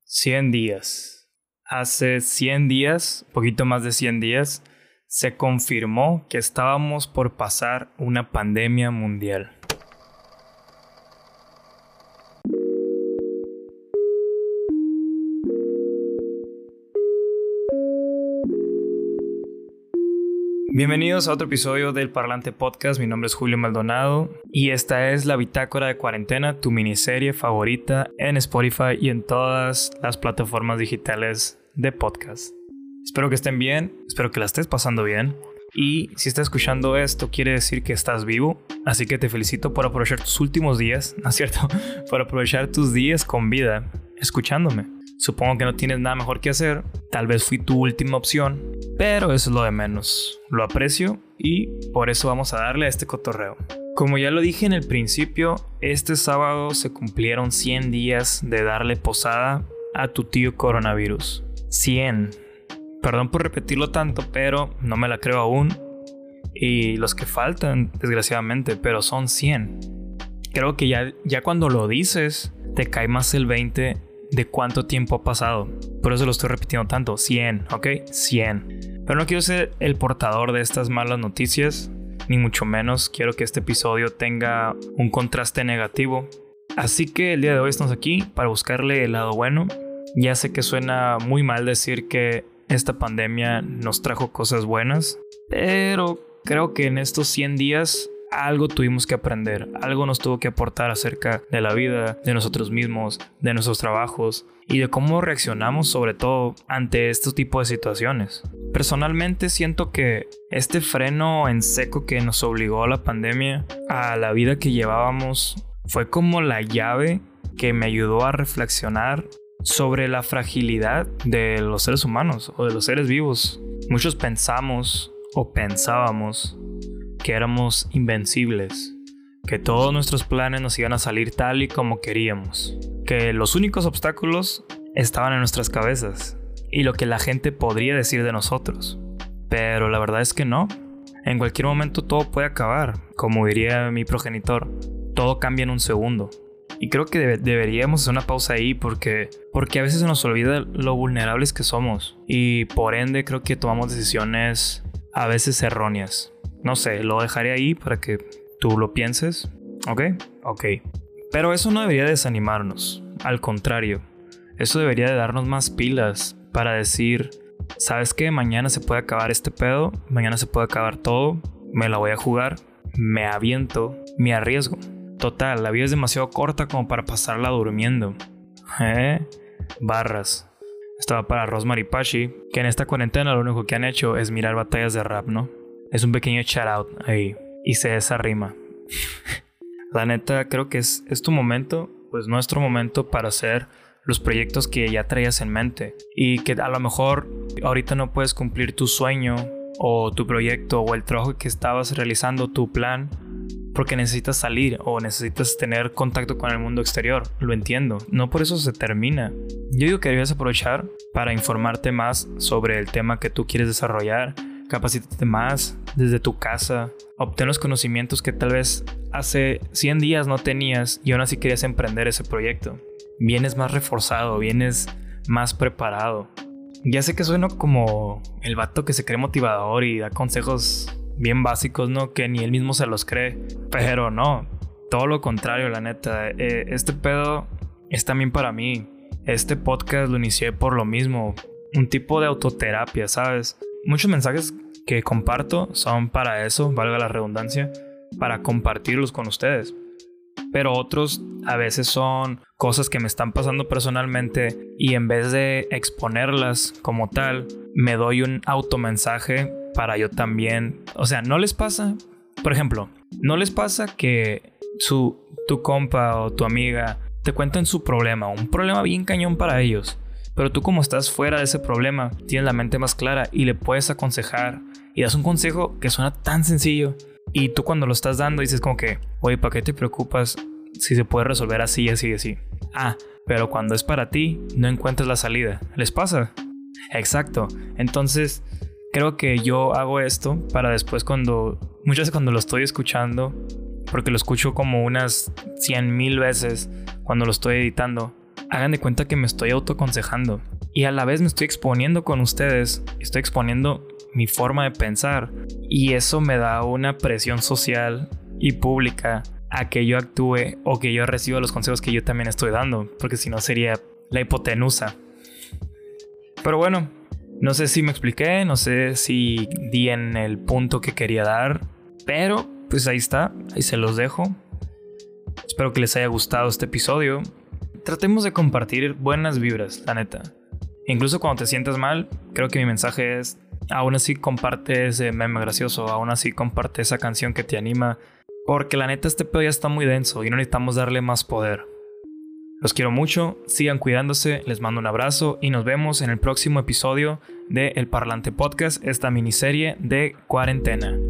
100 días. Hace 100 días, poquito más de 100 días, se confirmó que estábamos por pasar una pandemia mundial. Bienvenidos a otro episodio del Parlante Podcast. Mi nombre es Julio Maldonado y esta es la Bitácora de Cuarentena, tu miniserie favorita en Spotify y en todas las plataformas digitales de podcast. Espero que estén bien, espero que la estés pasando bien y si estás escuchando esto quiere decir que estás vivo, así que te felicito por aprovechar tus últimos días, ¿no es cierto? Por aprovechar tus días con vida, escuchándome. Supongo que no tienes nada mejor que hacer, tal vez fui tu última opción, pero eso es lo de menos. Lo aprecio y por eso vamos a darle a este cotorreo. Como ya lo dije en el principio, este sábado se cumplieron 100 días de darle posada a tu tío coronavirus. 100. Perdón por repetirlo tanto, pero no me la creo aún. Y los que faltan, desgraciadamente, pero son 100. Creo que ya cuando lo dices, te cae más el 20 de cuánto tiempo ha pasado. Por eso lo estoy repitiendo tanto. 100, ¿ok? 100. Pero no quiero ser el portador de estas malas noticias, ni mucho menos quiero que este episodio tenga un contraste negativo. Así que el día de hoy estamos aquí para buscarle el lado bueno. Ya sé que suena muy mal decir que esta pandemia nos trajo cosas buenas, pero creo que en estos 100 días algo tuvimos que aprender, algo nos tuvo que aportar acerca de la vida, de nosotros mismos, de nuestros trabajos y de cómo reaccionamos sobre todo ante este tipo de situaciones. Personalmente siento que este freno en seco que nos obligó a la pandemia, a la vida que llevábamos, fue como la llave que me ayudó a reflexionar sobre la fragilidad de los seres humanos o de los seres vivos. Muchos pensamos o pensábamos que éramos invencibles, que todos nuestros planes nos iban a salir tal y como queríamos, que los únicos obstáculos estaban en nuestras cabezas y lo que la gente podría decir de nosotros. Pero la verdad es que no. En cualquier momento todo puede acabar. Como diría mi progenitor, todo cambia en un segundo. Y creo que deberíamos hacer una pausa ahí porque a veces se nos olvida lo vulnerables que somos. Y por ende creo que tomamos decisiones a veces erróneas. No sé, lo dejaré ahí para que tú lo pienses. ¿Ok? Ok. Pero eso no debería desanimarnos. Al contrario, eso debería de darnos más pilas para decir, ¿sabes qué? Mañana se puede acabar este pedo. Mañana se puede acabar todo. Me la voy a jugar. Me aviento. Me arriesgo. Total, la vida es demasiado corta como para pasarla durmiendo. Barras. Esto va para Rosemary Pachi, que en esta cuarentena lo único que han hecho es mirar batallas de rap, ¿no? Es un pequeño shout out ahí. Hice esa rima. La neta, creo que es tu momento, pues nuestro momento para hacer los proyectos que ya traías en mente. Y que a lo mejor ahorita no puedes cumplir tu sueño o tu proyecto o el trabajo que estabas realizando, tu plan, porque necesitas salir o necesitas tener contacto con el mundo exterior. Lo entiendo. No por eso se termina. Yo digo que deberías aprovechar para informarte más sobre el tema que tú quieres desarrollar. Capacítate más desde tu casa. Obtén los conocimientos que tal vez hace 100 días no tenías y aún así querías emprender ese proyecto. Vienes más reforzado, vienes más preparado. Ya sé que sueno como el vato que se cree motivador y da consejos bien básicos, ¿no? Que ni él mismo se los cree. Pero no, todo lo contrario, la neta. Este pedo es también para mí. Este podcast lo inicié por lo mismo. Un tipo de autoterapia, ¿sabes? Muchos mensajes que comparto son para eso, valga la redundancia, para compartirlos con ustedes. Pero otros a veces son cosas que me están pasando personalmente y en vez de exponerlas como tal, me doy un automensaje para yo también. O sea, ¿no les pasa? Por ejemplo, ¿no les pasa que tu compa o tu amiga te cuentan su problema? Un problema bien cañón para ellos. Pero tú como estás fuera de ese problema, tienes la mente más clara y le puedes aconsejar y das un consejo que suena tan sencillo. Y tú cuando lo estás dando dices como que, oye, ¿para qué te preocupas si se puede resolver así, así, así? Pero cuando es para ti, no encuentras la salida. ¿Les pasa? Exacto. Entonces, creo que yo hago esto para después muchas veces cuando lo estoy escuchando, porque lo escucho como unas 100,000 veces cuando lo estoy editando, hagan de cuenta que me estoy autoaconsejando y a la vez me estoy exponiendo con ustedes, estoy exponiendo mi forma de pensar y eso me da una presión social y pública a que yo actúe o que yo reciba los consejos que yo también estoy dando, porque si no sería la hipotenusa. Pero bueno, no sé si me expliqué, no sé si di en el punto que quería dar, pero pues ahí está, ahí se los dejo. Espero que les haya gustado este episodio. Tratemos de compartir buenas vibras, la neta. Incluso cuando te sientas mal, creo que mi mensaje es: aún así comparte ese meme gracioso, aún así comparte esa canción que te anima, porque la neta este pedo ya está muy denso y no necesitamos darle más poder. Los quiero mucho, sigan cuidándose, les mando un abrazo y nos vemos en el próximo episodio de El Parlante Podcast, esta miniserie de cuarentena.